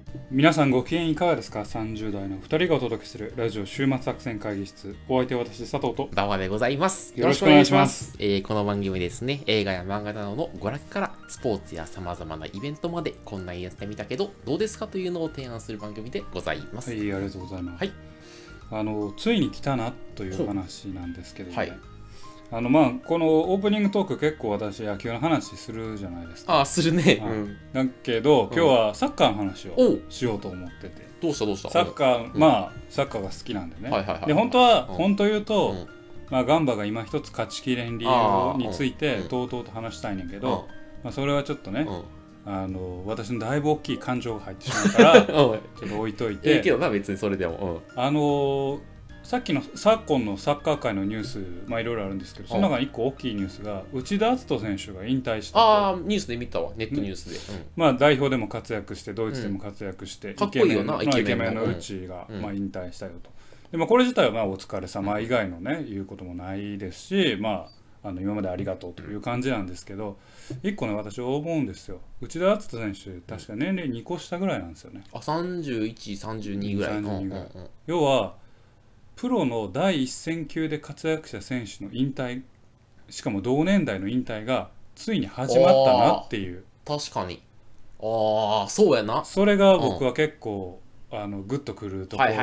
皆さんご機嫌いかがですか。30代の2人がお届けするラジオ週末作戦会議室。お相手は私佐藤と馬場でございます。 よろしくお願いします。 この番組ですね、映画や漫画などの娯楽からスポーツや様々なイベントまでこんなにやってみたけどどうですかというのを提案する番組でございます。 はい、ありがとうございます。 はい、 ついに来たなという話なんですけどね、 はい、 このオープニングトーク結構私野球の話するじゃないですか。 ああ、するね、 だけど今日はサッカーの話をしようと思ってて、 どうしたサッカー、サッカーが好きなんでね、で本当言うと、ガンバが今一つ勝ちきれん理由についてとうとうと話したいねんけど、それはちょっとね、私のだいぶ大きい感情が入ってしまうからちょっと置いといてけどな、別にそれでも、 さっきの昨今のサッカー界のニュース、いろいろあるんですけど、その中に1個大きいニュースが内田篤人選手が引退したと。 ニュースで見たわ、ネットニュースで、 代表でも活躍してドイツでも活躍して、 かっこいいよな、 イケメンの内が、引退したよと。でもこれ自体はお疲れ様以外のね、言うこともないですし、今までありがとうという感じなんですけど、1個ね私思うんですよ。内田篤人選手確か年齢2個下ぐらいなんですよね。 31、32ぐらいか。 要はプロの第一線級で活躍した選手の引退、しかも同年代の引退がついに始まったなっていう。 確かに。そうやな。 それが僕は結構グッとくるところで、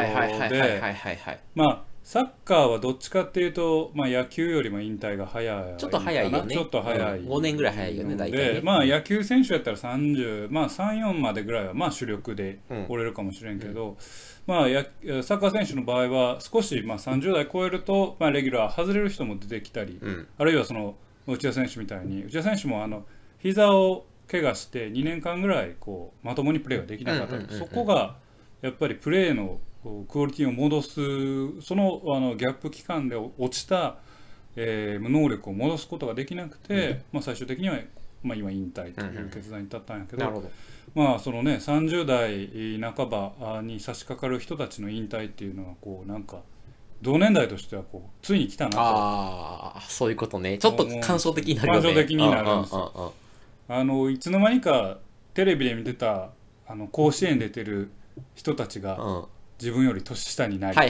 サッカーはどっちかっていうと、野球よりも引退が早い、 ちょっと早いよね。 ちょっと早い、 5年ぐらい早いよね、大体ね。 で野球選手やったら30、34までぐらいは主力で折れるかもしれんけど、サッカー選手の場合は少し30代超えると、レギュラー外れる人も出てきたり、あるいはその内田選手みたいに、内田選手も膝を怪我して2年間ぐらいまともにプレーができなかったり、そこがやっぱりプレーのクオリティを戻す、そのギャップ期間で落ちた、能力を戻すことができなくて、最終的には、今引退という決断に至ったんやけど、そのね30代半ばに差し掛かる人たちの引退っていうのはなんか同年代としてはついに来たなと。そういうことね。ちょっと感傷的になるよね。 感情的になるんですよ。いつの間にかテレビで見てた甲子園出てる人たちが、自分より年下になり、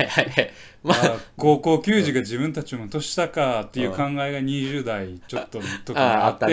高校球児が自分たちも年下かっていう考えが20代ちょっとの時にあって、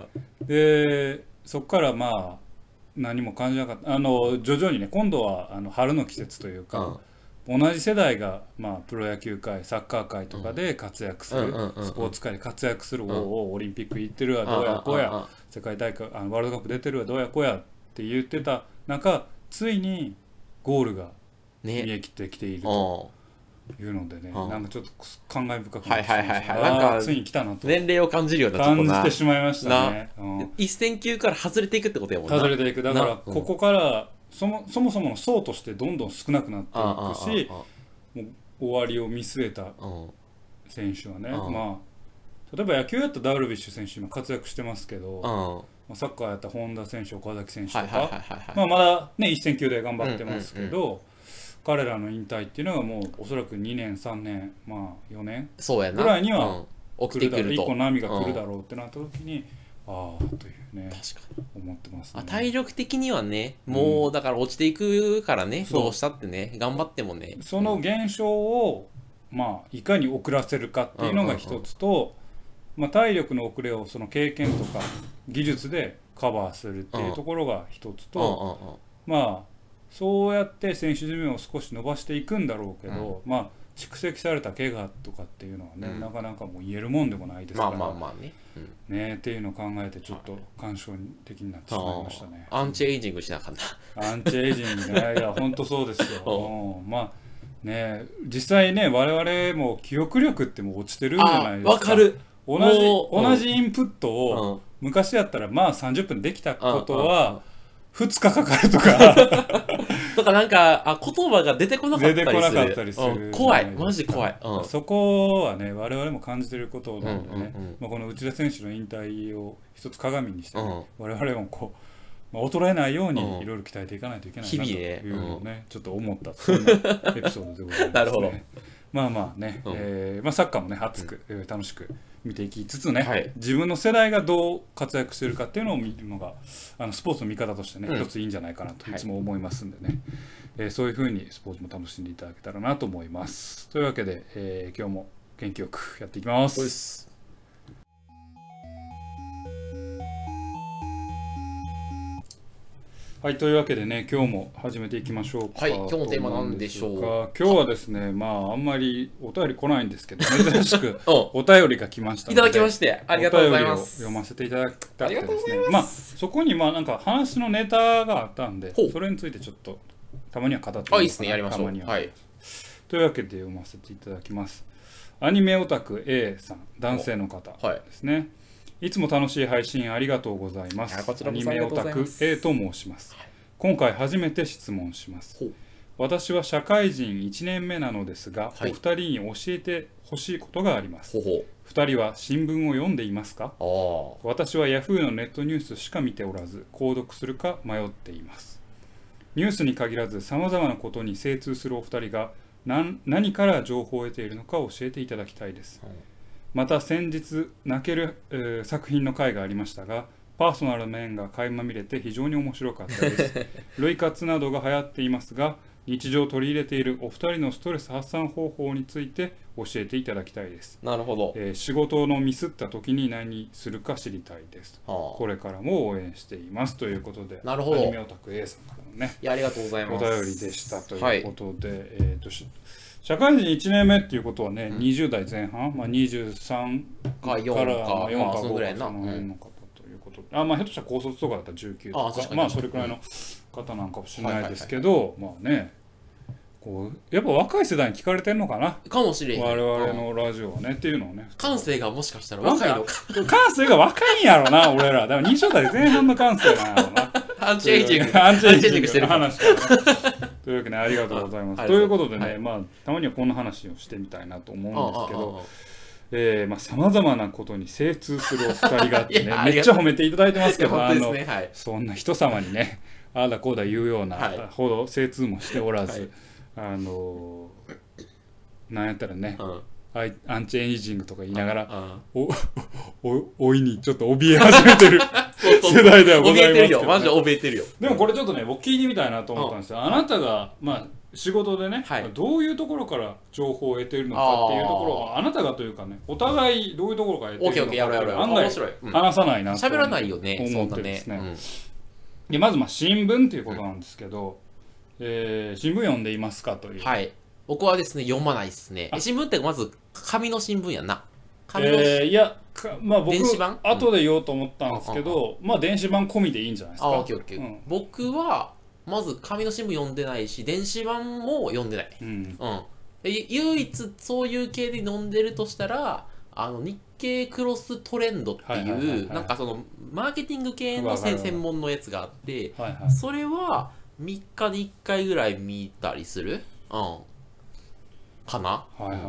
でそこから何も感じなかった。徐々にね、今度は春の季節というか、同じ世代が、プロ野球界サッカー界とかで活躍する、スポーツ界で活躍する、オリンピック行ってるわどうやこうや、世界大会ワールドカップ出てるわどうやこうやって言ってた中、ついにゴールが見えきってきているというのでね、なんかちょっと感慨深くなってしまいました。なんかついに来たなと年齢を感じるような感じてしまいましたね。 一線級から外れていくってことやもんな。 外れていく。だからここからそもそもの層としてどんどん少なくなっていくし、もう終わりを見据えた選手はね、例えば野球やったらダルビッシュ選手今活躍してますけど、サッカーやったら本田選手、岡崎選手とか、まだね一線級で頑張ってますけど、彼らの引退っていうのがもうおそらく2年3年4年ぐらいには起きてくると、 一個波が来るだろうってなった時に、というね、 確かに思ってますね。 体力的にはね、もうだから落ちていくからね、どうしたってね、頑張ってもね、 その現象をいかに遅らせるかっていうのが一つと、体力の遅れをその経験とか技術でカバーするっていうところが一つと、そうやって選手寿命を少し伸ばしていくんだろうけど、蓄積された怪我とかっていうのはね、なかなかもう言えるもんでもないですからね、っていうのを考えてちょっと感傷的になってしまいましたね。 アンチエイジングしなあかんな。 アンチエイジングね、いや本当そうですよ。実際ね、我々も記憶力ってもう落ちてるんじゃないですか。 わかる。 同じインプットを昔やったら30分できたことは2日かかるとかとか、なんか言葉が出てこなかったりする。怖い、マジ怖い。 そこはね我々も感じてることなのでね、この内田選手の引退を一つ鏡にして、我々も衰えないようにいろいろ鍛えていかないといけないなというのをね、ちょっと思ったそんなエピソードでございますね。 なるほど。 まあまあね、まあ、サッカーもね熱く、楽しく見ていきつつね、 はい、 自分の世代がどう活躍してるかっていうのを見るのがスポーツの見方としてね、一ついいんじゃないかなといつも思いますんでね、そういう風にスポーツも楽しんでいただけたらなと思います。というわけで、今日も元気よくやっていきます。はい、というわけでね、今日も始めていきましょうか。 はい、今日のテーマなんでしょうか。 今日はですね、まああんまりお便り来ないんですけど、珍しくお便りが来ましたので、 いただきましてありがとうございます。 お便りを読ませていただきたくてですね、まあそこにまあなんか話のネタがあったんで、それについてちょっとたまには語ってみようかな。 いいですね、やりましょう。はい。 というわけで読ませていただきます。アニメオタク A さん、男性の方ですね。いつも楽しい配信ありがとうございます。アニメオタク A と申します。今回初めて質問します。私は社会人1年目なのですが、お二人に教えてほしいことがあります。二人は新聞を読んでいますか？私は Yahoo のネットニュースしか見ておらず、購読するか迷っています。ニュースに限らず様々なことに精通するお二人が何から情報を得ているのか教えていただきたいです。また先日泣ける、作品の回がありましたが、パーソナル面が垣間見れて非常に面白かったです。類活などが流行っていますが、日常取り入れているお二人のストレス発散方法について教えていただきたいです。 なるほど。 仕事のミスった時に何するか知りたいです。これからも応援していますということで、 なるほど。 アニメオタク A さんからのね、 ありがとうございます。 お便りでしたということで、社会人1年目っていうことはね、20代前半、まあ、23 か4か4か5ぐらいな。 まあひょっとしたら高卒とかだったら19とか、まあそれくらいの方なんかもしれないですけど、まあね、こうやっぱ若い世代に聞かれてるのかな、 かもしれん。 我々のラジオはねっていうのをね、 感性がもしかしたら若いのか、 感性が若いんやろな俺ら。だから20代前半の感性なんやろな。 アンチエイジングしてる話というわけでありがとうございます。ということでね、まあたまにはこんな話をしてみたいなと思うんですけど、さまざまなことに精通するお二人があってねめっちゃ褒めていただいてますけど、そんな人様にねああだこうだ言うようなほど精通もしておらず、なんやったらね、アンチエイジングとか言いながら老いにちょっと怯え始めてる世代ではございますけど、ね、怯えてるよ、マジで怯えてるよ。でもこれちょっとね僕聞いてみたいなと思ったんですよ。あなたがまあ仕事でね、どういうところから情報を得ているのかっていうところをあなたがというかね、お互いどういうところから得ているのかっていうのを案外話さないなと思ってですね。でまずまあ新聞っていうことなんですけど、新聞読んでいますかという。 はい、僕はですね読まないですね。新聞ってまず紙の新聞やな。 いやまあ僕後で言おうと思ったんですけど、まあ電子版込みでいいんじゃないですか。僕はまず紙の新聞読んでないし、電子版も読んでない。唯一そういう系で読んでるとしたら、日経クロストレンドっていうなんかそのマーケティング系の専門のやつがあって、それは3日に1回ぐらい見たりする、かな。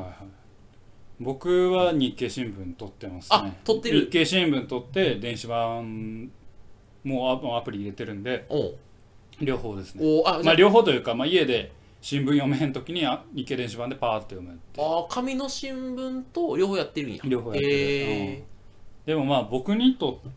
僕は日経新聞取ってますね。 取ってる。 日経新聞取って電子版もアプリ入れてるんで両方ですね。まあ両方というか、まあ、家で新聞読めへん時に日経電子版でパーって読むって。 紙の新聞と両方やってるんや。 両方やってる。でもまあ僕にとって、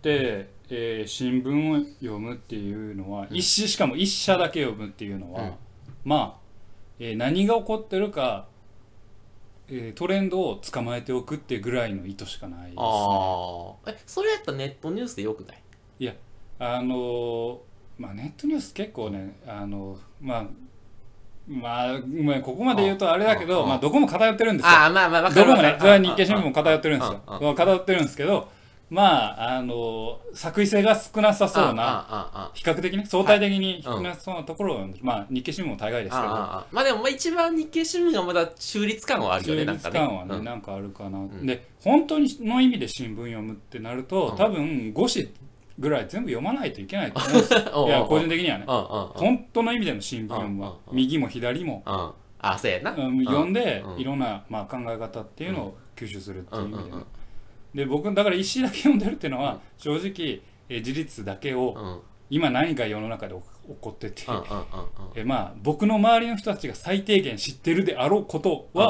新聞を読むっていうのは、しかも一社だけ読むっていうのは、まあ、何が起こってるか、トレンドを捕まえておくっていうぐらいの意図しかないですね。 それやったらネットニュースでよくない？ いやまあネットニュース結構ねまあここまで言うとあれだけど、まあどこも偏ってるんですよ。どこもね、それは日経新聞も偏ってるんですよ。偏ってるんですけど、まあ作為性が少なさそうな、比較的ね相対的に少なさそうなところを、まあ日経新聞も大概ですけど、 まあでも一番日経新聞がまだ中立感はあるよね。 中立感はねなんかあるかな。で本当の意味で新聞読むってなると、多分5紙ぐらい全部読まないといけないと思うんですよ。いや個人的にはね、本当の意味での新聞読むは右も左もそうやな、 読んでいろんなまあ考え方っていうのを吸収するっていう意味でね。で僕だから一紙だけ読んでるっていうのは正直事実だけを今何が世の中で起こっててまあ僕の周りの人たちが最低限知ってるであろうことは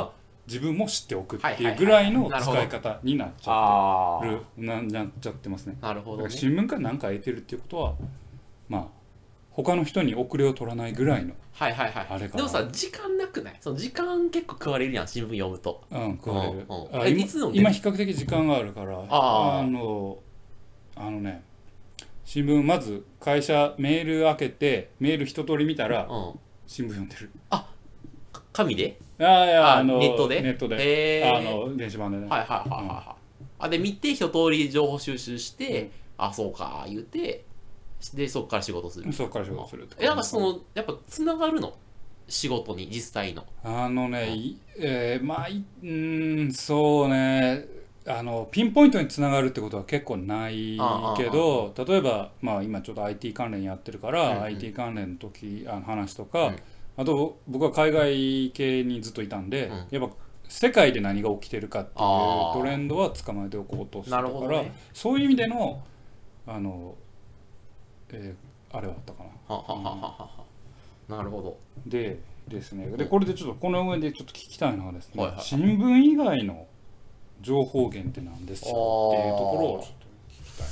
自分も知っておくっていうぐらいの使い方になっちゃってますね。 なるほどね。 新聞から何か得てるっていうことはまあ他の人に遅れを取らないぐらいのあれかな。 でもさ、時間なくない？その時間結構食われるやん、新聞読むと。 食われる。今比較的時間があるからあのね、新聞まず会社メール開けてメール一通り見たら新聞読んでる。 あ、紙で？ いやネットで？ ネットで電子版でね。 で見て一通り情報収集して、あ、そうか言うて、でそこから仕事する。 そこから仕事する。 なんかそのやっぱつながるの？仕事に実際の。 まあそうね。ピンポイントにつながるってことは結構ないけど、例えば、まあ、今ちょっと IT 関連やってるから、IT 関連の話とか、あと僕は海外系にずっといたんで、やっぱ世界で何が起きてるかっていうトレンドは捕まえておこうとしてたから、そういう意味でのあれはあったかな。なるほど。 ですね。でこれでちょっとこの上でちょっと聞きたいのはですね、新聞以外の情報源って何ですかっていうところをちょっと聞きたいなと思います。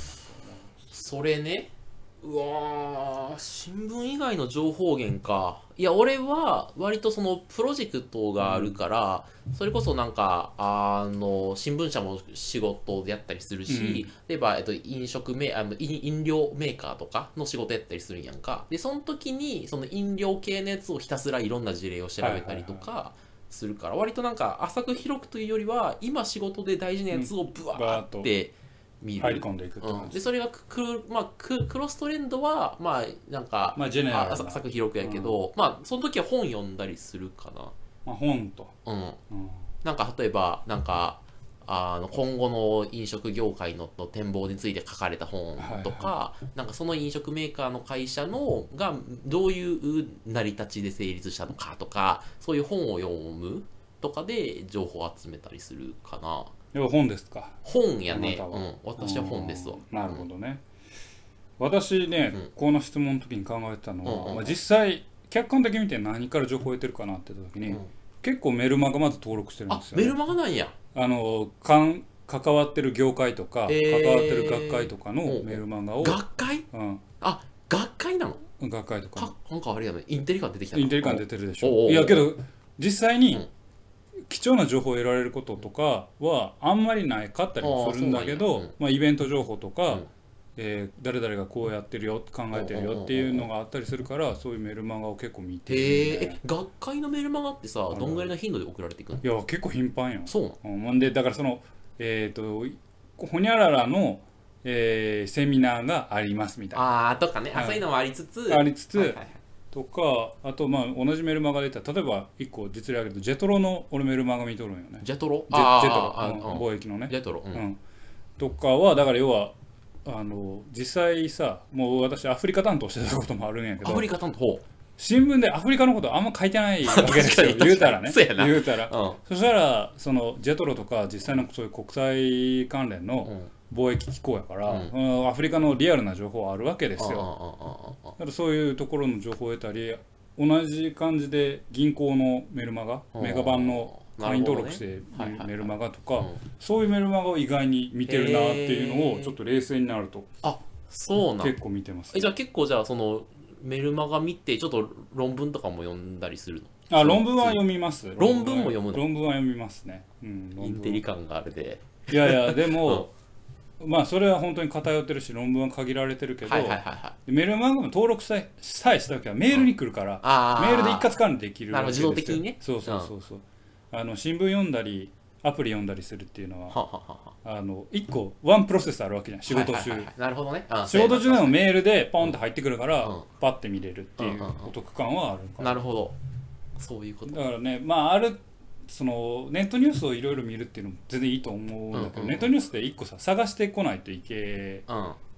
それね、うわー、新聞以外の情報源か。いや、俺は割とそのプロジェクトがあるから、それこそなんか新聞社も仕事でやったりするし、例えば飲料メーカーとかの仕事やったりするんやんか。でその時にその飲料系のやつをひたすらいろんな事例を調べたりとかするから、割となんか浅く広くというよりは今仕事で大事なやつをブワーって見る、 入り込んでいくって感じでそれがクロストレンドはまあなんか、 ジェネラルな浅く広くやけど、まあその時は本読んだりするかな。 本と、 なんか例えばなんか今後の飲食業界の展望について書かれた本とか、なんかその飲食メーカーの会社がどういう成り立ちで成立したのかとか、そういう本を読むとかで情報を集めたりするかな。 本ですか？ 本やね。私は本ですわ。 なるほどね。私ね、この質問の時に考えてたのは、実際客観的に見て何から情報を得てるかなって言った時に、結構メルマガまず登録してるんですよ、 メルマガなんや。 関わってる業界とか、関わってる学会とかのメルマガを。 学会？学会なの？ 学会とか。 なんかあれやね、インテリ感出てきた。 インテリ感出てるでしょ。いやけど実際に貴重な情報を得られることとかはあんまりないかったりもするんだけど、イベント情報とか、誰々がこうやってるよ、考えてるよっていうのがあったりするから、そういうメルマガを結構見てる、 学会のメルマガってさ、どんぐらいの頻度で送られていくの？ いや結構頻繁よ。 そうなの？でだからそのほにゃららの、セミナーがありますみたいなとかね、そういうのもありつつとか、あとまあ同じメルマガで言ったら、例えば1個実例挙げるとジェトロの俺メルマガ見とるんよね。 ジェトロ貿易のね。 ジェトロ、 とかはだから要は実際さ、もう私アフリカ担当してたこともあるんやけど、 アフリカ担当新聞でアフリカのことあんま書いてないわけですよ言うたらね。言うたら、そしたらそのジェトロとか実際のそういう国際関連の貿易機構やから、アフリカのリアルな情報はあるわけですよ。だからそういうところの情報を得たり、同じ感じで銀行のメルマガ、メガバンの会員登録してメルマガとか、そういうメルマガを意外に見てるなっていうのをちょっと冷静になると結構見てます。 じゃあ結構そのメルマガ見てちょっと論文とかも読んだりするの？ 論文は読みます。 論文も読むの？ 論文は読みますね。 インテリ感があるで。 いやでもまあそれは本当に偏ってるし論文は限られてるけど、メルマガも登録さえした時はメールに来るから、メールで一括管理できるわけですよ。 自動的にね。 そう新聞読んだりアプリ読んだりするっていうのは一個ワンプロセスあるわけじゃん、仕事中。 なるほどね。 仕事中でもメールでポンって入ってくるからパッて見れるっていうお得感はあるかな。なるほど、そういうことだからね。まあそのネットニュースをいろいろ見るっていうのも全然いいと思うんだけど、ネットニュースで一個さ探してこないといけ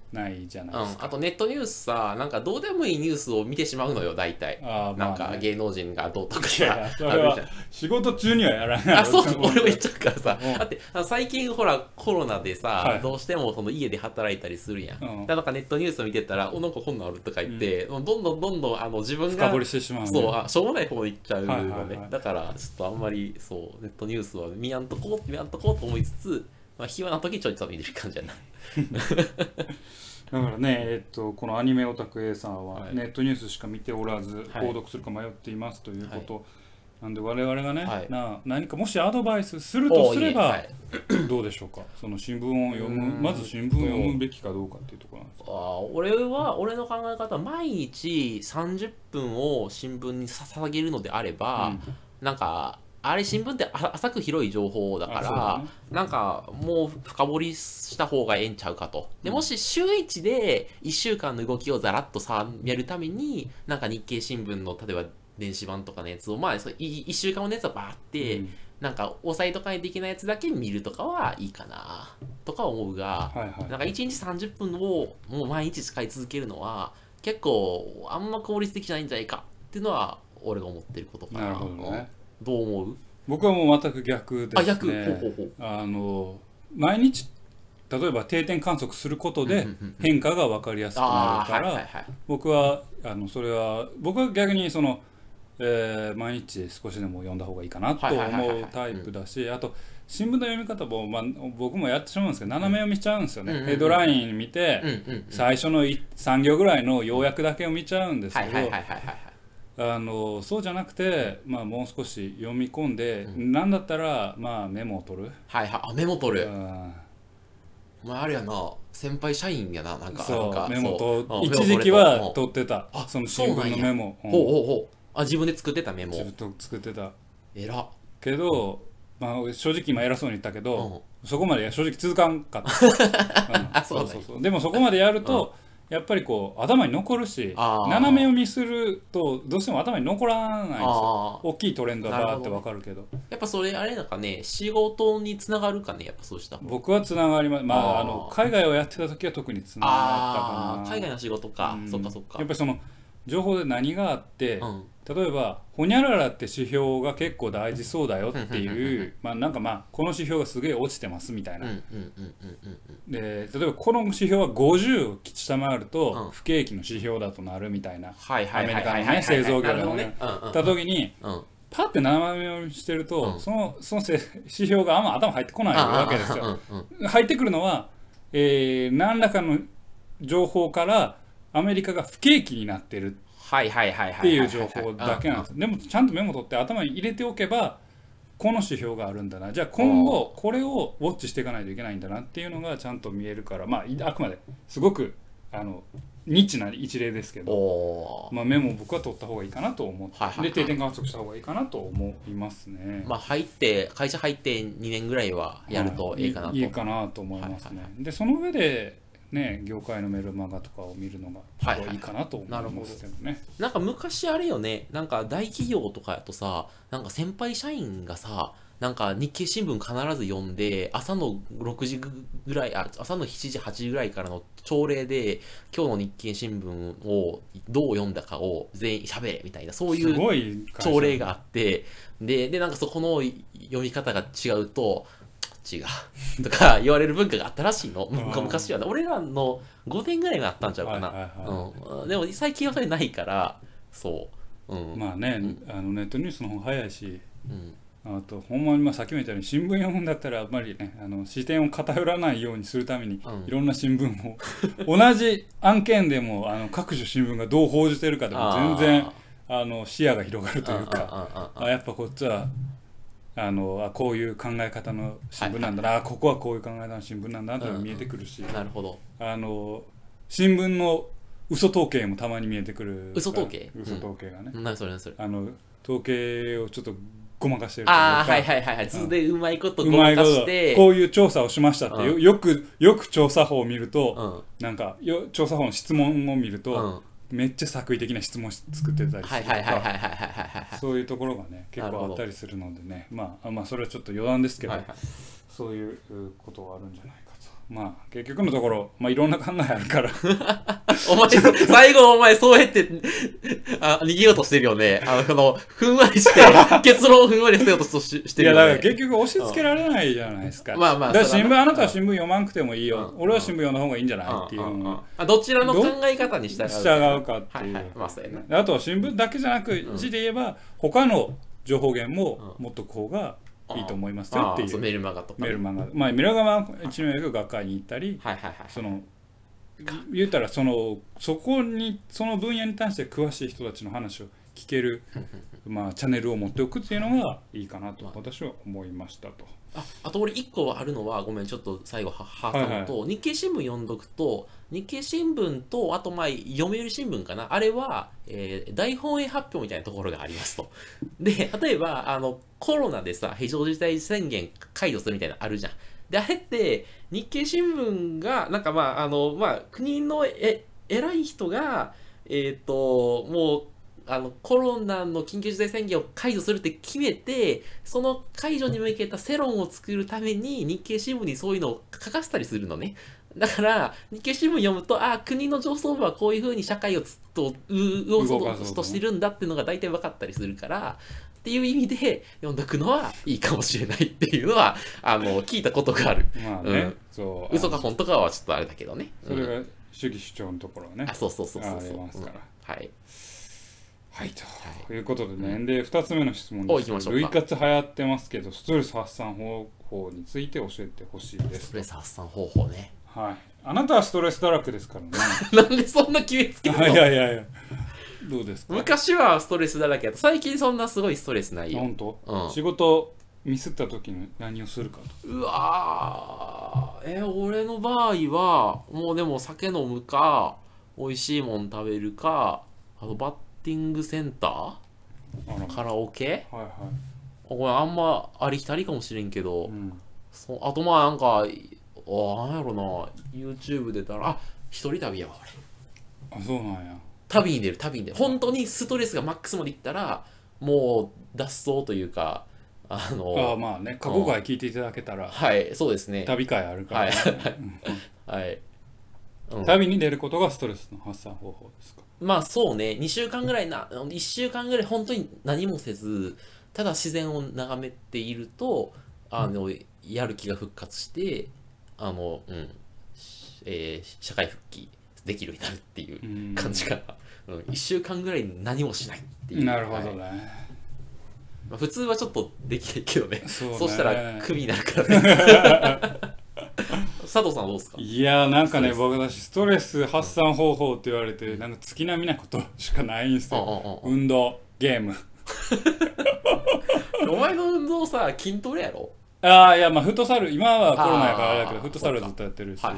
ないじゃないですか。 あとネットニュースさ、なんかどうでもいいニュースを見てしまうのよ、大体。なんか芸能人がどうとかさ、 それは仕事中にはやらない。 あ、そう、俺も言っちゃうからさ。だって最近ほらコロナでさ、どうしてもその家で働いたりするやん。だからネットニュース見てたら、なんかこんなんあるとか言って、どんどん自分が深掘りしてしまう。 そう、しょうもない方に行っちゃうのね。だからちょっとあんまりそうネットニュースは見やんとこうと思いつつ、暇な時ちょいちょい見てる感じじゃない。 だからね、このアニメオタク A さんはネットニュースしか見ておらず、購読するか迷っていますということ、なんで我々がね、何かもしアドバイスするとすれば、どうでしょうか。その新聞を読む、まず新聞を読むべきかどうかっていうところなんですか。 俺の考え方は毎日30分を新聞に捧げるのであれば、なんかあれ新聞って浅く広い情報だから、なんかもう深掘りした方がええんちゃうかと。でもし週1で1週間の動きをざらっと見るために、なんか日経新聞の例えば電子版とかのやつを1週間のやつをバーって、なんか押さえとかないといけないやつだけ見るとかはいいかなとか思うが、なんか1日30分をもう毎日使い続けるのは結構あんま効率的じゃないんじゃないかっていうのは俺が思ってることかな。 なるほどね。 どう思う？ 僕はもう全く逆ですね。 逆。 毎日例えば定点観測することで変化が分かりやすくなるから、僕はそれは僕は逆にその、毎日少しでも読んだ方がいいかなと思うタイプだし、あと新聞の読み方も、僕もやってしまうんですけど、斜め読みしちゃうんですよね。ヘッドライン見て最初の3行ぐらいの要約だけを見ちゃうんですけど、そうじゃなくて、もう少し読み込んで、なんだったら、メモを取る。 メモ取る。あれやな、先輩社員やな、なんか。 そうメモと一時期は取ってた。その新聞のメモ。 自分で作ってたメモ。 自分で作ってた。 偉っ。 けど、正直今偉そうに言ったけど、そこまで正直続かんかった。そうでもそこまでやると、やっぱりこう頭に残るし、斜め読みするとどうしても頭に残らないんですよ。大きいトレンドがバーって分かるけど、 やっぱそれあれなんかね、仕事につながるかね、やっぱそうした。 僕はつながります。海外をやってた時は特につながったかな。 海外の仕事か、そっかそっか。 やっぱりその情報で何があって、例えばホニャララって指標が結構大事そうだよっていうなんかこの指標がすげえ落ちてますみたいな。で例えばこの指標は50を下回ると不景気の指標だとなるみたいな、アメリカのね製造業のねた時にパッて斜め読みしてると、その指標があんま頭入ってこないわけですよ。入ってくるのは何らかの情報からアメリカが不景気になってるっていう情報だけなんです。でもちゃんとメモ取って頭に入れておけば、この指標があるんだな、じゃあ今後これをウォッチしていかないといけないんだなっていうのがちゃんと見えるから、あくまですごくニッチな一例ですけど、メモ僕は取った方がいいかなと思って、で定点観測した方がいいかなと思いますね。 会社入って2年ぐらいはやるといいかなと、 いいかなと思いますね。でその上で業界のメルマガとかを見るのがいいかなと思いますけどね。 なんか昔あれよね、なんか大企業とかやとさ、なんか先輩社員がさ、なんか日経新聞必ず読んで、朝の6時ぐらい、朝の7時8時ぐらいからの朝礼で今日の日経新聞をどう読んだかを全員喋れみたいな、そういう朝礼があって、でなんかそこの読み方が違うと違うとか言われる文化があったらしいの。昔はね、俺らの5年ぐらいがあったんちゃうかな。でも最近はそれないから、そう。 ネットニュースの方が早いし、あとほんまにさっきも言ったように新聞読むんだったらやっぱりね、視点を偏らないようにするために、いろんな新聞を同じ案件でも各種新聞がどう報じてるかでも全然視野が広がるというか、やっぱこっちはこういう考え方の新聞なんだな、ここはこういう考え方の新聞なんだって見えてくるし、 なるほど。 新聞の嘘統計もたまに見えてくる。 嘘統計がね。 何それ統計をちょっとごまかしてるというか、 図でうまいことごまかしてこういう調査をしましたってよく調査法を見ると、なんか調査法の質問を見ると、めっちゃ作為的な質問作ってたりするとか、そういうところがね結構あったりするのでね、それはちょっと余談ですけど、そういうことはあるんじゃないかとまあ結局のところ、まあいろんな考えあるからお前、最後お前そうやって、逃げようとしてるよね。ふんわりして、結論をふんわり捨てようとしてるよね。 いや、だから結局押し付けられないじゃないですか。 まあまあ、 だから新聞、あなたは新聞読まんくてもいいよ。俺は新聞読んだ方がいいんじゃないっていうのを。 どちらの考え方に従うかっていう。 まあそうやね。 あとは新聞だけじゃなく、字で言えば、他の情報源も持っとく方がいいと思いますよっていう。 メルマガとか。 メルマガ。まあメルマガは一面学会に行ったり、その、言ったらそこにその分野に対して詳しい人たちの話を聞けるまあチャンネルを持っておくっていうのがいいかなと私は思いましたと。 あと俺1個あるのはごめんちょっと最後挟むと、日経新聞読んどくと日経新聞とあと読売新聞かなあれは、大本営発表みたいなところがありますと。で例えばコロナでさ非常事態宣言解除するみたいなのあるじゃん。であれって日経新聞がなんか国の偉い人がもうコロナの緊急事態宣言を解除するって決めてその解除に向けた世論を作るために日経新聞にそういうのを書かせたりするのね。だから日経新聞読むと国の上層部はこういうふうに社会を動そうとしてるんだっていうのが大体分かったりするからっていう意味で読んどくのはいいかもしれないっていうのは聞いたことがある。 まあね、そう嘘か本当かはちょっとあれだけどね。 それが主義主張のところはね。 そうありますから。 はいはいということでね、で2つ目の質問です。類活流行ってますけどストレス発散方法について教えてほしいです。 ストレス発散方法ね。 はい。あなたはストレスだらけですからね。 なんでそんな決めつけるの？ いやどうですか？ 昔はストレスだらけだった。最近そんなすごいストレスないよ。 本当？仕事ミスった時に何をするかと。 うわ俺の場合はもうでも酒飲むか美味しいもん食べるかバッティングセンターカラオケ、これあんまありきたりかもしれんけど、あとなんかなんやろな YouTube 出たら一人旅やわ俺。そうなんや。 旅に出る本当にストレスがマックスまでいったらもう脱走というかまあね過去回聞いていただけたらはいそうですね旅会あるからはい、 旅に出ることがストレスの発散方法ですか？ まあそうね2週間ぐらい1週間ぐらい本当に何もせずただ自然を眺めているとやる気が復活して社会復帰できるようになるっていう感じかな。1週間ぐらい何もしないっていう。 なるほどね。 普通はちょっとできないけどね。そうしたらクビになるからね。佐藤さんはどうですか？ いやなんかね僕私ストレス発散方法って言われてなんか月並みなことしかないんですよ。運動ゲーム。 お前の運動さ筋トレやろ？ いやまあフットサル今はコロナやからあれだけどフットサルずっとやってるしか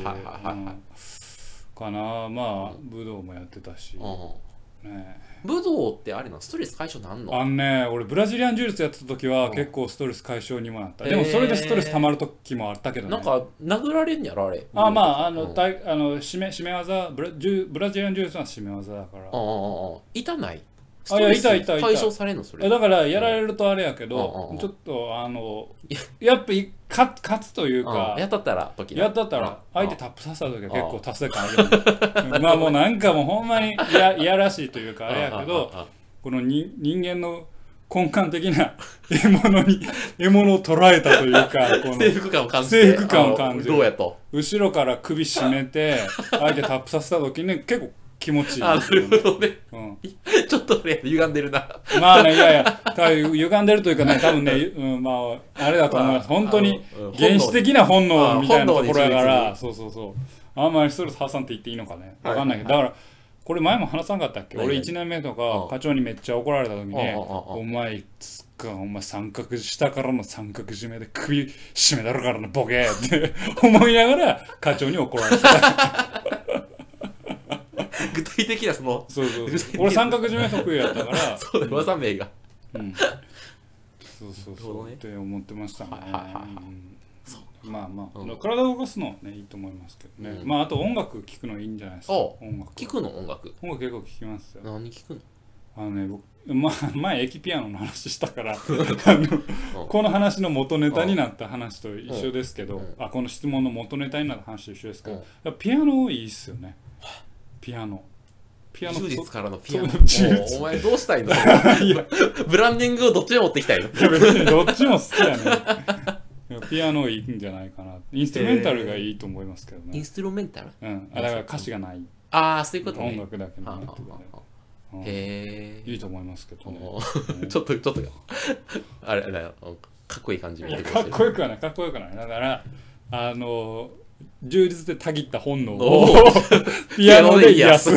な。まあ武道もやってたし武道ってあれなストレス解消なんの？ 俺ブラジリアン柔術やってた時は結構ストレス解消にもなった。でもそれでストレス溜まる時もあったけどね。 なんか殴られんやろあれ。 まあ締め技ブラジリアン柔術は締め技だから。 痛ない？ いや痛い解消されんのそれ？ だからやられるとあれやけどちょっとやっぱ勝つというかやったったら相手タップさせた時は結構達成感ある。まあもうなんかもうほんまにいやらしいというかあれやけどこの人間の根幹的な獲物を捉えたというか征服感を感じる。どうやと後ろから首絞めて相手タップさせた時に結構気持ちいい。 なるほどね。ちょっとね歪んでるな。 まあね歪んでるというかね多分ねまああれだと思います。本当に原始的な本能みたいなところやからそうあんまりストレス発散って言っていいのかね分かんないけどだからこれ前も話さんかったっけ？俺1年目とか課長にめっちゃ怒られた時にお前下からの三角締めで首絞めだろからなボケって思いながら課長に怒られた。 具体的なそう俺三角締め得意やったからそうだ技名がそうって思ってましたね。まあ体を動かすのはねいいと思いますけどね。あと音楽聴くのいいんじゃないですか。 聴くの？音楽結構聴きますよ。 何聴くの？ 前駅ピアノの話したからこの話の元ネタになった話と一緒ですけど、この質問の元ネタになった話と一緒ですけど、ピアノいいっすよね。ピアノ充実からのピアノ。お前どうしたいのブランディングをどっちで持ってきたいの？ 別にどっちも好きやね。ピアノいいんじゃないかな。インストゥルメンタルがいいと思いますけどね。 インストゥルメンタル？ だから歌詞がない。 そういうことね。 音楽だけになってるね。いいと思いますけどね。 ちょっとあれだよ、かっこいい感じ。 かっこよくはない。だから充実でたぎった本能をピアノで癒す。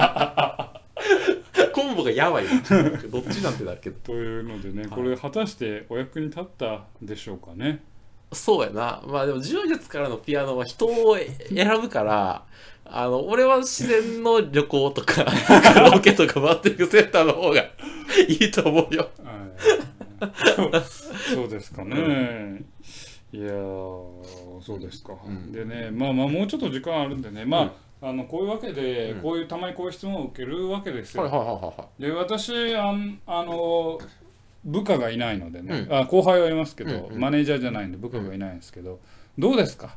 コンボがやばい。どっちなんてだけど。 というのでね、これ果たしてお役に立ったでしょうかね。 そうやな。まあでも柔術からのピアノは人を選ぶから、俺は自然の旅行とかカラオケとかバッティングセンターの方がいいと思うよ。 そうですかね。いやそうですか。でね、まあもうちょっと時間あるんでね、こういうわけで、たまにこういう質問を受けるわけですよ。で、私部下がいないのでね、後輩はいますけど、マネージャーじゃないんで部下がいないんですけど、どうですか？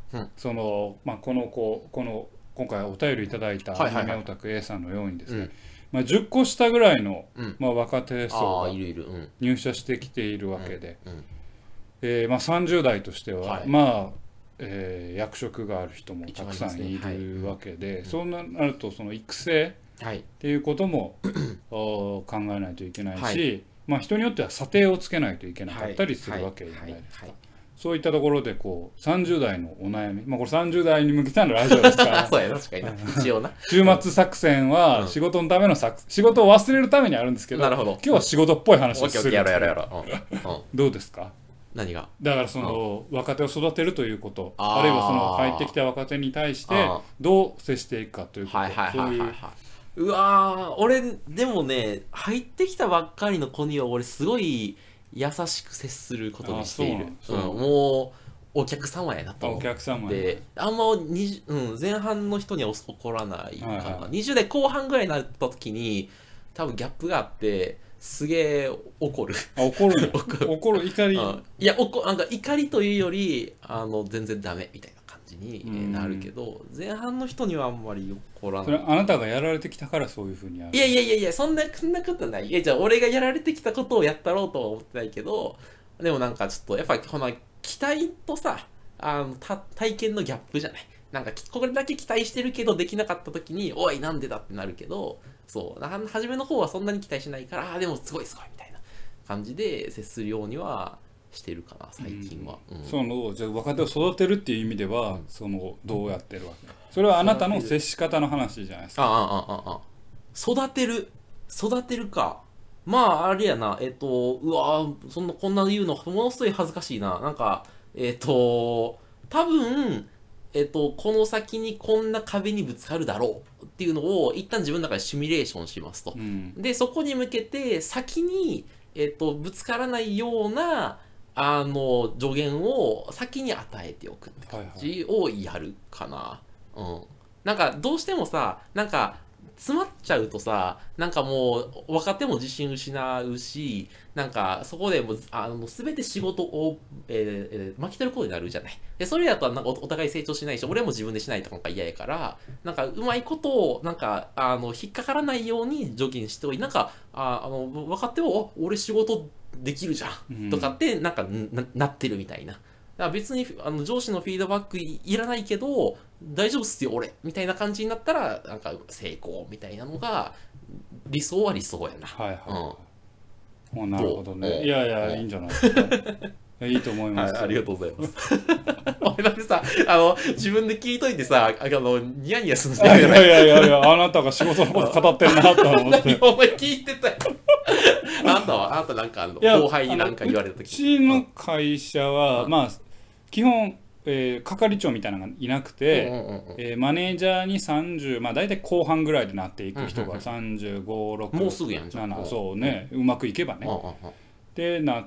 今回お便りいただいたアニメオタク A さんのようにですね、10個下ぐらいの若手層が入社してきているわけで、30代としては役職がある人もたくさんいるわけで、そうなるとその育成っていうことも考えないといけないし、人によっては査定をつけないといけなかったりするわけじゃないですか。そういったところで30代のお悩み、これ30代に向けたのラジオですからそうや確かにな。一応な週末作戦は仕事のための仕事を忘れるためにあるんですけど、今日は仕事っぽい話をする。どうですか？ 何が？ だから若手を育てるということ、あるいは入ってきた若手に対してどう接していくかということ、そういう。 うわ俺でもね、入ってきたばっかりの子には俺すごい優しく接することにしている。もうお客様やなと思って、お客様であんま前半の人には怒らないかな。20代後半ぐらいになった時に多分ギャップがあって、すげえ怒る。 怒る怒り。 いやなんか怒りというより全然ダメみたいな感じになるけど、前半の人にはあんまり怒らない。 それあなたがやられてきたからそういうふうにやる。 いやそんなことない。じゃあ俺がやられてきたことをやったろうとは思ってないけど、でもなんかちょっとやっぱこの期待とさ体験のギャップじゃない。なんかこれだけ期待してるけどできなかった時においなんでだってなるけど、初めの方はそんなに期待しないからでもすごいみたいな感じで接するようにはしてるかな最近は。 じゃあ若手を育てるっていう意味ではどうやってるわけ？それはあなたの接し方の話じゃないですか。 育てるか。あれやな、うわこんな言うのものすごい恥ずかしいな。なんか多分この先にこんな壁にぶつかるだろうっていうのを一旦自分の中でシミュレーションしますと。でそこに向けて先にぶつからないような助言を先に与えておくって感じをやるかな。なんかどうしてもさ、なんか詰まっちゃうとさ、なんかもう若手も自信失うし、なんかそこでもう全て仕事を、巻き取ることになるじゃない。でそれやとなんかお互い成長しないし、俺も自分でしないとか嫌やから、なんかうまいことをなんか引っかからないように助言しておいて、なんか若手を俺仕事できるじゃんとかってなんか なってるみたいな。だから別に上司のフィードバックいらないけど大丈夫っすよ俺みたいな感じになったらなんか成功みたいなのが理想は理想やな。 なるほどね。いやいいんじゃないですか。いいと思います。 ありがとうございます。俺だってさ自分で聞いといてさニヤニヤするんだよね。 いやあなたが仕事のこと語ってんなと思って。 お前聞いてたよ。あなたなんか後輩になんか言われた時。 うちの会社は基本係長みたいなのがいなくて、マネージャーに30、大体後半ぐらいでなっていく人が35、6、 もうすぐやんじゃん。 そうね、うまくいけばね。ってなって、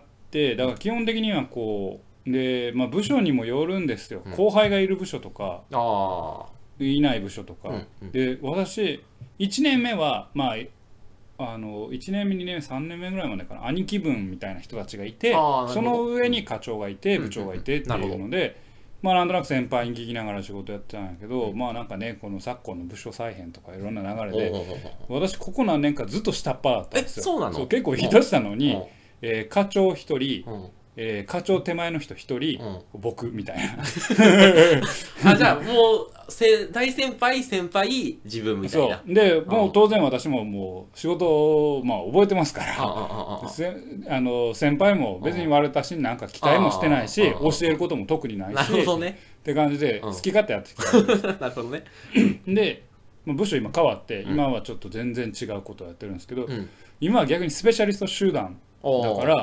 だから基本的にはで、部署にもよるんですよ。後輩がいる部署とか、いない部署とか。で、私、1年目は、 1年目2年目3年目ぐらいまでかな兄貴分みたいな人たちがいてその上に課長がいて部長がいてっていうので、まあなんとなく先輩に聞きながら仕事やってたんやけど、まあなんかねこの昨今の部署再編とかいろんな流れで私ここ何年かずっと下っ端だったんですよ。 そうなの？ そう結構引き出したのに、課長1人、課長手前の人1人、僕みたいなじゃあもう大先輩先輩自分みたいな。 そうでもう当然私ももう仕事を、まあ、覚えてますから先輩も別に割れたしなんか期待もしてないし教えることも特にないし、 なるほどね、 って感じで好き勝手やってきたなるほどねで部署今変わって今はちょっと全然違うことをやってるんですけど、今は逆にスペシャリスト集団だから、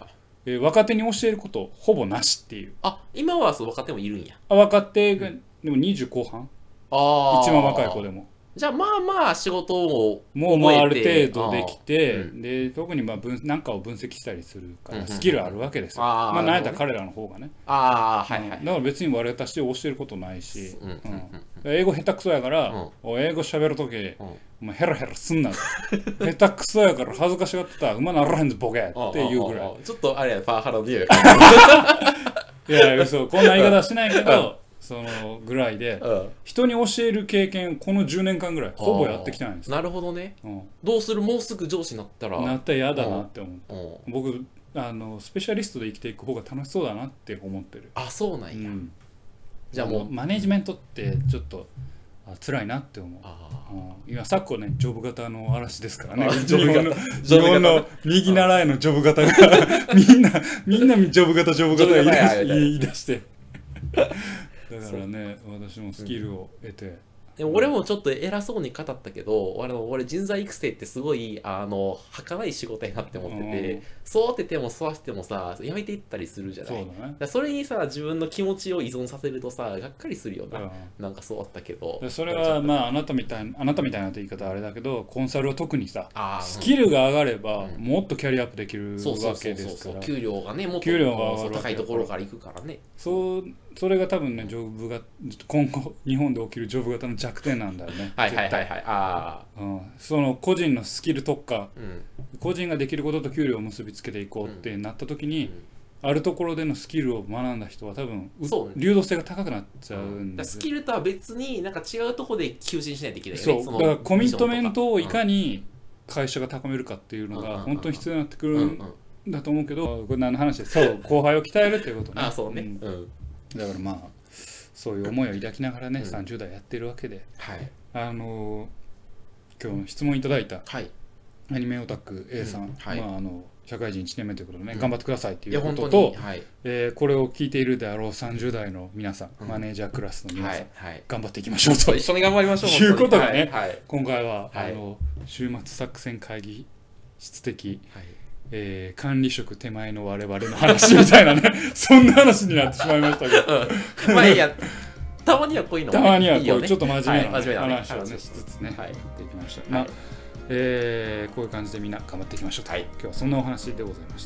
若手に教えることほぼなしっていう。 今はそう若手もいるんや。 若手がでも20後半、一番若い子でもじゃあまあまあ仕事をもうある程度できて、で特にまあ何かを分析したりするからスキルあるわけですよ。まあ何やったら彼らの方がね。だから別に割れたし教えることないし、英語下手くそやから英語喋るときお前ヘラヘラすんな下手くそやから恥ずかしがってたら馬ならへんぞボケっていうぐらい。 ちょっとあれやパワハラの匂いいや嘘こんな言い方はしないけどそのぐらいで、人に教える経験この10年間ぐらいほぼやってきたんです。 なるほどね、どうするもうすぐ上司になったら嫌だなって思う。僕スペシャリストで生きていく方が楽しそうだなって思ってる。 そうなんや、 じゃあもうマネジメントってちょっと辛いなって思う。今昨今ねジョブ型の嵐ですからね。日本の右習いのジョブ型がみんなジョブ型言い出してだからね私もスキルを得て、 でも俺もちょっと偉そうに語ったけど、俺人材育成ってすごい儚い仕事やなって思ってて、育てても育ててもさやめていったりするじゃない。そうだね。それにさ自分の気持ちを依存させるとさがっかりするよな、なんかそうだったけど。 それはまああなたみたいなって言い方はあれだけどコンサルは特にさスキルが上がればもっとキャリアアップできるわけですから、 給料がねもっと高いところから行くからね。 それが多分ねジョブが今後日本で起きるジョブ型の弱点なんだよね。その個人のスキル特化、個人ができることと給料を結びつけていこうってなった時に、あるところでのスキルを学んだ人は多分流動性が高くなっちゃうんです。 スキルとは別になんか違うところで求心しないといけないよね。 そうだからコミットメントをいかに会社が高めるかっていうのが本当に必要になってくるんだと思うけど、これ何の話でそう後輩を鍛えるっていうことね。 そうね、 だからまあそういう思いを抱きながらね、30代やってるわけで、今日の質問いただいた、アニメオタク A さん、社会人1年目ということでね、頑張ってくださいということと、これを聞いているであろう30代の皆さん、マネージャークラスの皆さん、頑張っていきましょうと一緒に頑張りましょういうことがね、今回は週末作戦会議室的管理職手前の我々の話みたいなねそんな話になってしまいましたけどまあいいや、たまにはこういうのたまにはこういうちょっと真面目な話をねしつつねやっていきました。まあこういう感じでみんな頑張っていきましょうと、今日はそんなお話でございました。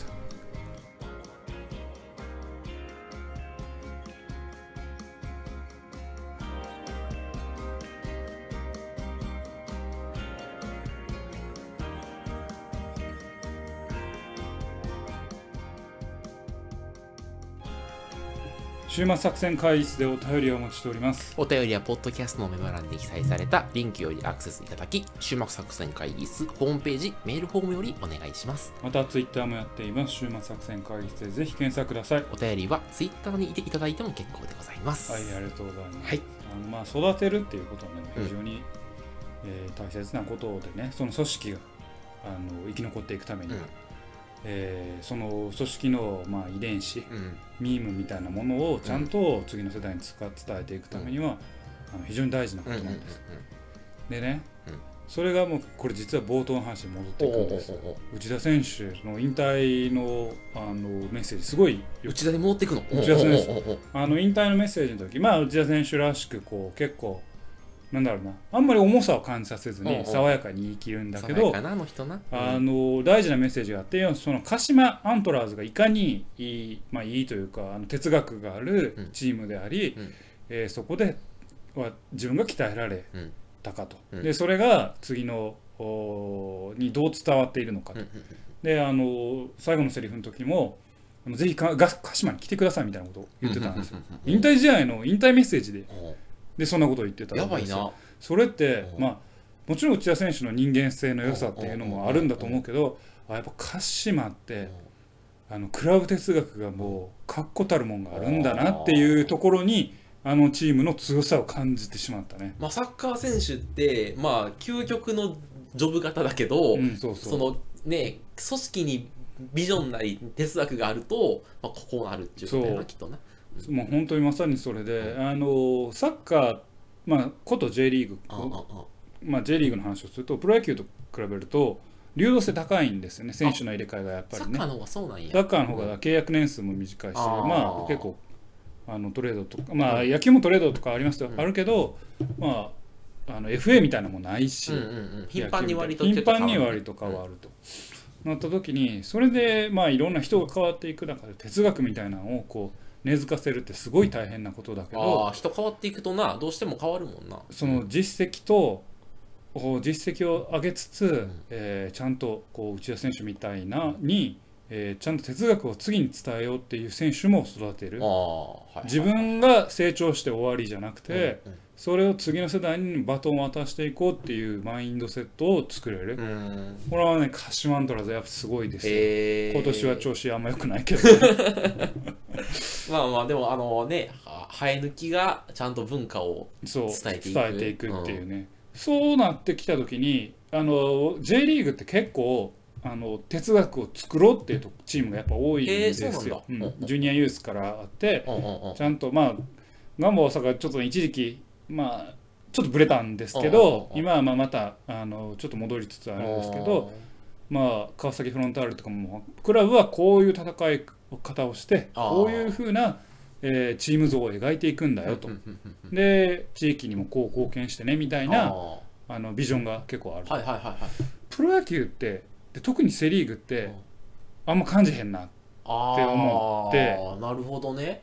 週末作戦会議室でお便りをお待ちしております。 お便りはポッドキャストのメモ欄に記載されたリンクよりアクセスいただき、週末作戦会議室ホームページメールフォームよりお願いします。 またツイッターもやっています。週末作戦会議室でぜひ検索ください。 お便りはツイッターにいていただいても結構でございます。 はい、ありがとうございます。育てるっていうことはね非常に、大切なことでね、その組織が生き残っていくために、その組織の、遺伝子、ミームみたいなものをちゃんと次の世代に伝えていくためには、非常に大事なことなんです。でね、それがもうこれ実は冒頭の話に戻っていくんです。内田選手の引退のメッセージすごい内田に戻っていくの。 内田選手引退のメッセージの時、内田選手らしくこう結構なんだろうな、あんまり重さを感じさせずに爽やかに言い切るんだけど、大事なメッセージがあって、その鹿島アントラーズがいかにいいというか哲学があるチームであり、そこでは自分が鍛えられたかと、でそれが次のにどう伝わっているのかと。で最後のセリフの時もぜひ鹿島に来てくださいみたいなことを言ってたんですよ。引退試合の引退メッセージでそんなことを言ってたんですよ。 やばいな。 それってもちろん内田選手の人間性の良さっていうのもあるんだと思うけど、やっぱ鹿島ってクラブ哲学がもう確固たるもんがあるんだなっていうところにチームの強さを感じてしまったね。 サッカー選手って究極のジョブ型だけど、そのね組織にビジョンなり哲学があると、こうなるっていうことだよなきっとな。 もう本当にまさにそれで、サッカー、こと J リーグ、J リーグの話をするとプロ野球と比べると流動性高いんですよね。選手の入れ替えがやっぱりね。 サッカーの方がそうなんや。 サッカーの方が契約年数も短いし、結構トレードとか、野球もトレードとかありますよ、あるけど、FA みたいなのもないし、 頻繁に割と変わるとなった時に、それでいろんな人が変わっていく中で哲学みたいなのをこう根付かせるってすごい大変なことだけど、 人変わっていくとな、どうしても変わるもんな。 その実績を上げつつ、ちゃんとこう内田選手みたいなに、ちゃんと哲学を次に伝えようっていう選手も育てる。自分が成長して終わりじゃなくて、それを次の世代にバトンを渡していこうっていうマインドセットを作れる。これはね、鹿島アントラーズやっぱすごいですよ。今年は調子あんま良くないけど、 でも生え抜きがちゃんと文化を伝えていくっていうね。そうなってきた時にJ リーグって結構哲学を作ろうっていうチームがやっぱ多いんですよ。ジュニアユースからあって、ちゃんとガンバ大阪ちょっと一時期ちょっとブレたんですけど、今はまたちょっと戻りつつあるんですけど、川崎フロンターレとかもクラブはこういう戦い方をしてこういう風なチーム像を描いていくんだよと。で地域にもこう貢献してねみたいなビジョンが結構ある。プロ野球って特にセ・リーグってあんま感じへんなって思って。 なるほどね。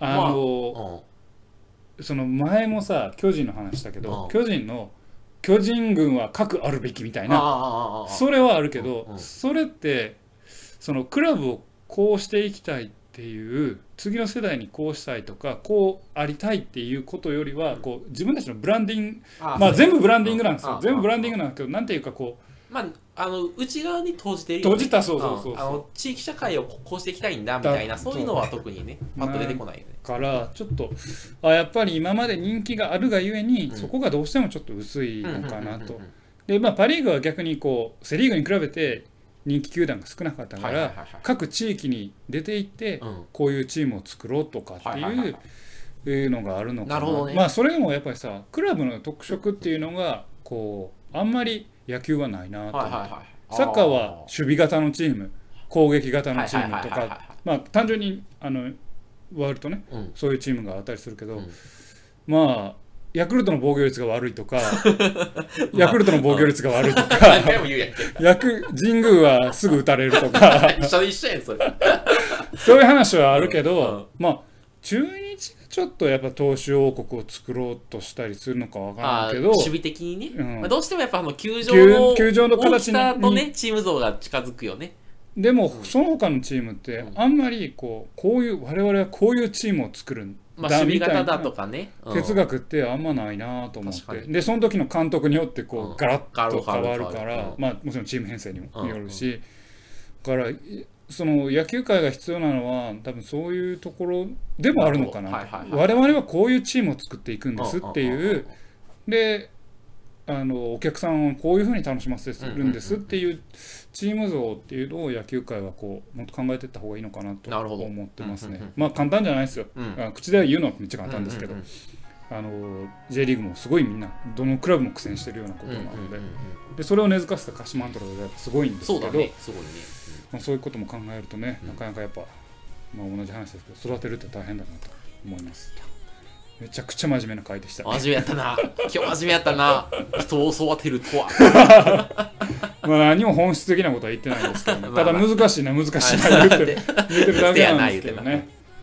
その前もさ巨人の話したけど、巨人軍は核あるべきみたいな、それはあるけど、それってそのクラブをこうしていきたいっていう次の世代にこうしたいとかこうありたいっていうことよりはこう自分たちのブランディング、全部ブランディングなんですよ。全部ブランディングなんですけど、なんていうかこう内側に投じてるよね。 投じた、そう地域社会をこうしていきたいんだみたいな、そういうのは特にねパッと出てこないよね。 からちょっとやっぱり今まで人気があるがゆえに、そこがどうしてもちょっと薄いのかなと。でパ・リーグは逆にこうセ・リーグに比べて人気球団が少なかったから、各地域に出ていってこういうチームを作ろうとかっていうのがあるのかな。それでもやっぱりさ、クラブの特色っていうのがこうあんまり野球はないなと思って。サッカーは守備型のチーム、攻撃型のチームとか、単純に割るとね、そういうチームがあったりするけど、ヤクルトの防御率が悪いとか、ヤクルトの防御率が悪いとか、神宮はすぐ打たれるとか、 一緒やんそれ。 そういう話はあるけど、中日がちょっとやっぱ投手王国を作ろうとしたりするのかわからないけど、 守備的にね、どうしてもやっぱ球場の大きさとねチーム像が近づくよね。 でもその他のチームってあんまりこういう我々はこういうチームを作るんだみたいな哲学ってあんまないなと思って、でその時の監督によってこうガラッと変わるから、もちろんチーム編成にもよるし、だからその野球界が必要なのは多分そういうところでもあるのかなと。我々はこういうチームを作っていくんですっていう、でお客さんをこういうふうに楽しませてるんですっていうチーム像っていうのを野球界はこうもっと考えていった方がいいのかなと思ってますね。簡単じゃないですよ。口で言うのはめっちゃ簡単ですけど、J リーグもすごいみんなどのクラブも苦戦してるようなことなので、それを根付かせた鹿島アントラーズがすごいんですけど、そういうことも考えるとね、なかなかやっぱ同じ話ですけど育てるって大変だなと思います。めちゃくちゃ真面目な回でした、ね。 真面目やったな。今日真面目やったな。人を育てるとは。 何も本質的なことは言ってないんですけど、ね、ただ難しいな言ってるだけなんですけどね。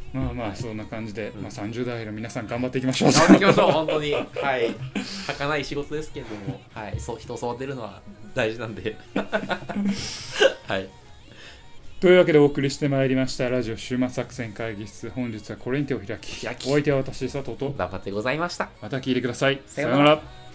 まあまあそんな感じで、まあ、30代の皆さん頑張っていきましょう。 頑張っていきましょう本当に。はい。儚い仕事ですけれども、はい、そう人を育てるのは大事なんで。はい。 というわけでお送りしてまいりましたラジオ週末作戦会議室、本日はこれにてお開き。お相手は私佐藤と頑張ってございました。 また聞いてください。 さようなら。